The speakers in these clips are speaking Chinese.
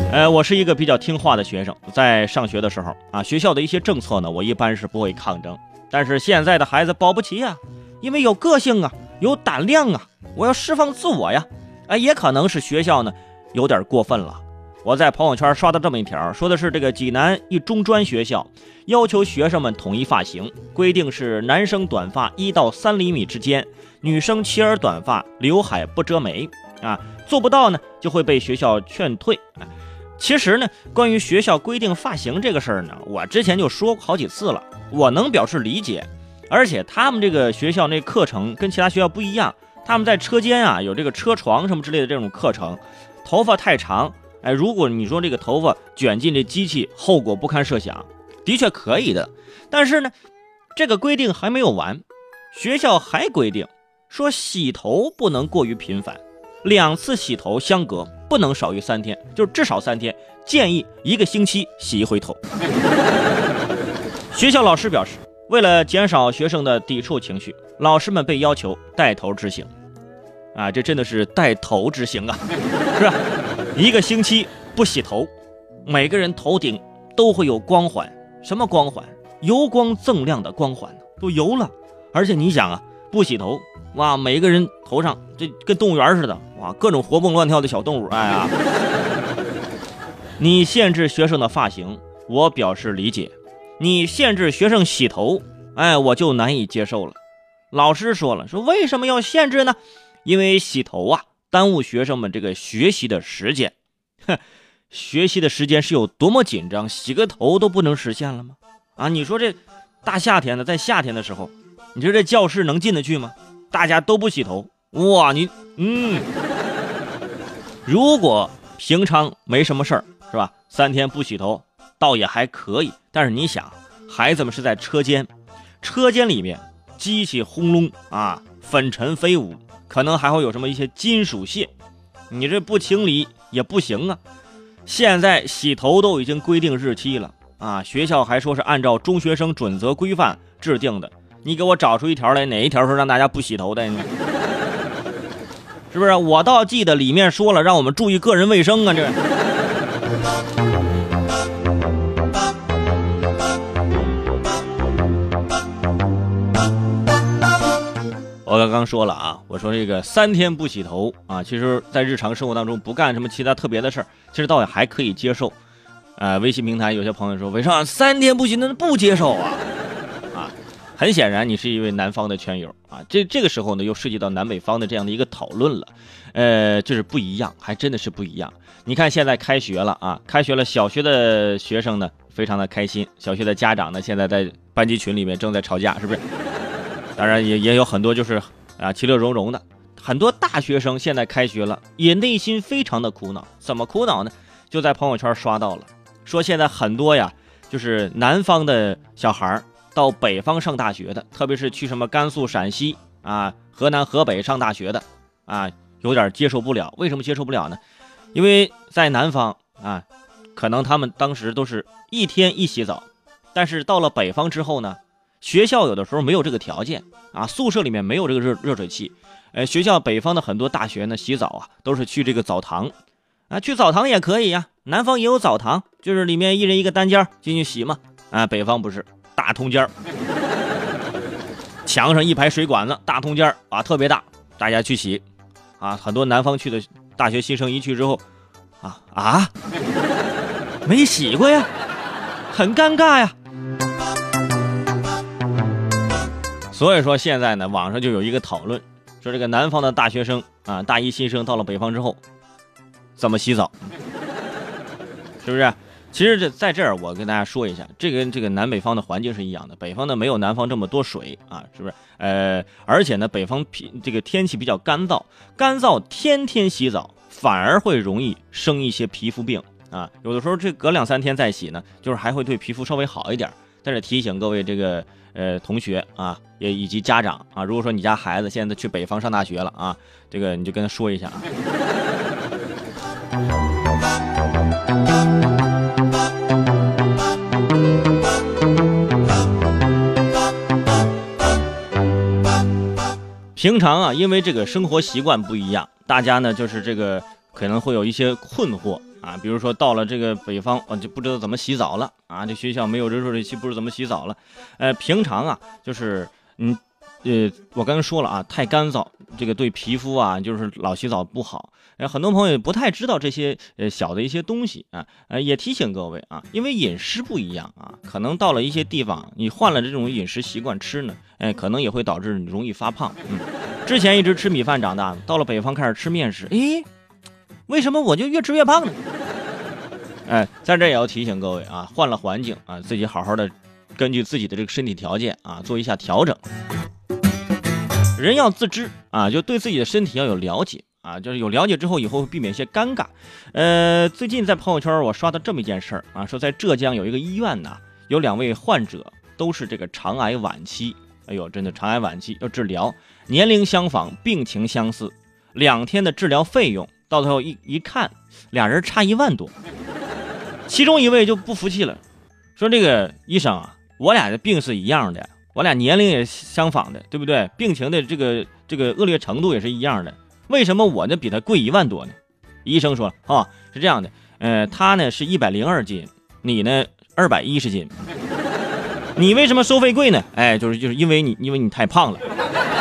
我是一个比较听话的学生，在上学的时候啊，学校的一些政策呢，我一般是不会抗争。但是现在的孩子保不齐啊，因为有个性啊，有胆量啊，我要释放自我呀，也可能是学校呢有点过分了。我在朋友圈刷到这么一条，说的是这个济南一中专学校要求学生们统一发型，规定是男生短发1到3厘米之间，女生齐耳短发，刘海不遮眉啊，做不到呢就会被学校劝退。其实呢，关于学校规定发型这个事儿呢，我之前就说过好几次了，我能表示理解。而且他们这个学校那课程跟其他学校不一样，他们在车间啊有这个车床什么之类的这种课程，头发太长，如果你说这个头发卷进这机器，后果不堪设想，的确可以的。但是呢，这个规定还没有完，学校还规定说洗头不能过于频繁，2次洗头相隔不能少于3天，就是至少3天，建议1个星期洗一回头。学校老师表示，为了减少学生的抵触情绪，老师们被要求带头执行。这真的是带头执行啊，是吧？1个星期不洗头，每个人头顶都会有光环。什么光环？油光锃亮的光环，都油了。而且你想啊，不洗头，哇，每个人头上这跟动物园似的，哇，各种活蹦乱跳的小动物。你限制学生的发型，我表示理解；你限制学生洗头，我就难以接受了。老师说了，说为什么要限制呢？因为洗头啊，耽误学生们这个学习的时间。学习的时间是有多么紧张，洗个头都不能实现了吗？你说这大夏天的，在夏天的时候，你说这教室能进得去吗？大家都不洗头，哇，如果平常没什么事儿，是吧？3天不洗头倒也还可以。但是你想，孩子们是在车间里面，机器轰隆啊，粉尘飞舞，可能还会有什么一些金属屑，你这不清理也不行啊。现在洗头都已经规定日期了啊，学校还说是按照中学生准则规范制定的。你给我找出一条来，哪一条说让大家不洗头的呢？是不是？我倒记得里面说了，让我们注意个人卫生啊，这。我刚刚说了啊，我说这个3天不洗头啊，其实在日常生活当中不干什么其他特别的事儿，其实倒也还可以接受。微信平台有些朋友说，为啥3天不洗那不接受啊？很显然你是一位南方的圈友啊，这个时候呢又涉及到南北方的这样的一个讨论了，就是不一样，还真的是不一样。你看现在开学了啊，开学了，小学的学生呢非常的开心，小学的家长呢现在在班级群里面正在吵架，是不是？当然也有很多就是其乐融融的。很多大学生现在开学了，也内心非常的苦恼。怎么苦恼呢？就在朋友圈刷到了，说现在很多呀，就是南方的小孩到北方上大学的，特别是去什么甘肃、陕西河南、河北上大学的有点接受不了。为什么接受不了呢？因为在南方可能他们当时都是1天1洗澡，但是到了北方之后呢，学校有的时候没有这个条件宿舍里面没有这个热水器。学校北方的很多大学呢，洗澡都是去这个澡堂去澡堂也可以呀，南方也有澡堂，就是里面1人1个单间进去洗嘛。北方不是大通间，墙上1排水管子，大通间特别大，大家去洗很多南方去的大学新生一去之后没洗过呀，很尴尬呀。所以说现在呢，网上就有一个讨论，说这个南方的大学生大一新生到了北方之后怎么洗澡，是不是？其实在这儿我跟大家说一下，这个南北方的环境是一样的，北方呢没有南方这么多水是不是？而且呢北方这个天气比较干燥，天天洗澡反而会容易生一些皮肤病有的时候这隔2-3天再洗呢，就是还会对皮肤稍微好一点。但是提醒各位这个同学也以及家长如果说你家孩子现在去北方上大学了这个你就跟他说一下平常因为这个生活习惯不一样，大家呢就是这个可能会有一些困惑。 啊，比如说到了这个北方，就不知道怎么洗澡了啊，这学校没有热水器，不知道怎么洗澡了。平常啊，就是我刚才说了啊，太干燥，这个对皮肤啊，就是老洗澡不好。很多朋友也不太知道这些小的一些东西啊，也提醒各位啊，因为饮食不一样啊，可能到了一些地方，你换了这种饮食习惯吃呢，可能也会导致你容易发胖。之前一直吃米饭长大的，到了北方开始吃面食，为什么我就越吃越胖呢？在这也要提醒各位啊，换了环境啊，自己好好的根据自己的这个身体条件啊，做一下调整。人要自知啊，就对自己的身体要有了解啊，就是有了解之后，以后会避免一些尴尬。最近在朋友圈我刷到这么一件事儿啊，说在浙江有一个医院呢，有2位患者都是这个肠癌晚期。哎呦，真的肠癌晚期要治疗，年龄相仿，病情相似，2天的治疗费用到最后一看，俩人差1万多。其中一位就不服气了，说这个医生啊，我俩的病是一样的，我俩年龄也相仿的，对不对？病情的这个恶劣程度也是一样的，为什么我呢比他贵1万多呢？医生说是这样的，他呢是102斤，你呢210斤，你为什么收费贵呢？就是因为你太胖了。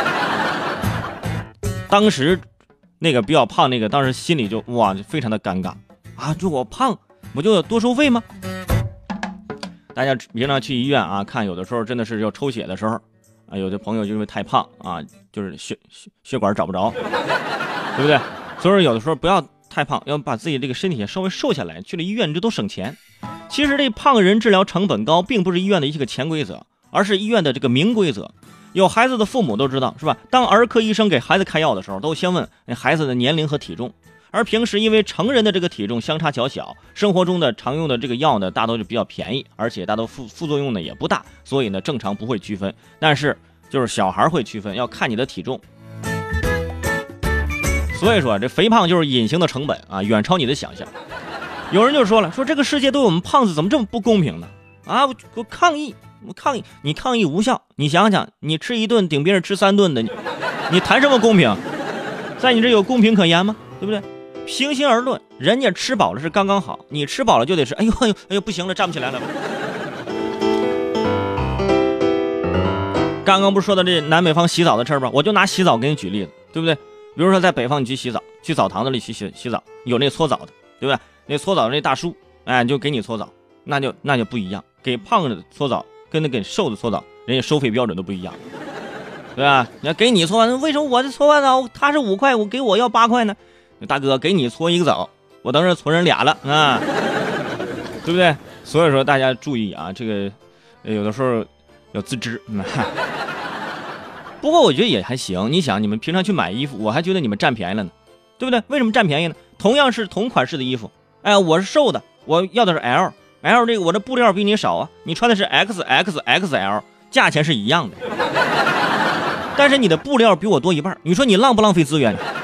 当时那个比较胖那个，当时心里就非常的尴尬啊，就我胖我就多收费吗？大家平常去医院啊，看有的时候真的是要抽血的时候啊，有的朋友就因为太胖啊，就是血管找不着，对不对？所以说有的时候不要太胖，要把自己这个身体稍微瘦下来，去了医院这都省钱。其实这胖人治疗成本高，并不是医院的一个潜规则，而是医院的这个明规则。有孩子的父母都知道，是吧？当儿科医生给孩子开药的时候，都先问孩子的年龄和体重。而平时因为成人的这个体重相差较小，生活中的常用的这个药呢，大多就比较便宜，而且大多副作用呢也不大，所以呢正常不会区分。但是就是小孩会区分，要看你的体重。所以说这肥胖就是隐形的成本啊，远超你的想象。有人就说了，说这个世界对我们胖子怎么这么不公平呢？啊，我抗议，你抗议无效。你想想，你吃1顿顶别人吃3顿的，你谈什么公平？在你这有公平可言吗？对不对？平心而论，人家吃饱了是刚刚好，你吃饱了就得是哎呦不行了，站不起来了。刚刚不是说到这南北方洗澡的事儿吗？我就拿洗澡给你举例子，对不对？比如说在北方你去洗澡，去澡堂子里洗澡，有那搓澡的，对不对？那搓澡的那大叔，就给你搓澡，那就不一样。给胖子搓澡跟那给瘦子搓澡，人家收费标准都不一样，对吧？你要给你搓完，为什么我这搓完澡他是5块，我给我要8块呢？大哥，给你搓1个澡，我等着搓人俩了啊，对不对？所以说大家注意啊，这个有的时候要自知。不过我觉得也还行，你想你们平常去买衣服，我还觉得你们占便宜了呢，对不对？为什么占便宜呢？同样是同款式的衣服，我是瘦的，我要的是 L 这个我的布料比你少啊，你穿的是 XXXL， 价钱是一样的，但是你的布料比我多1半，你说你浪不浪费资源？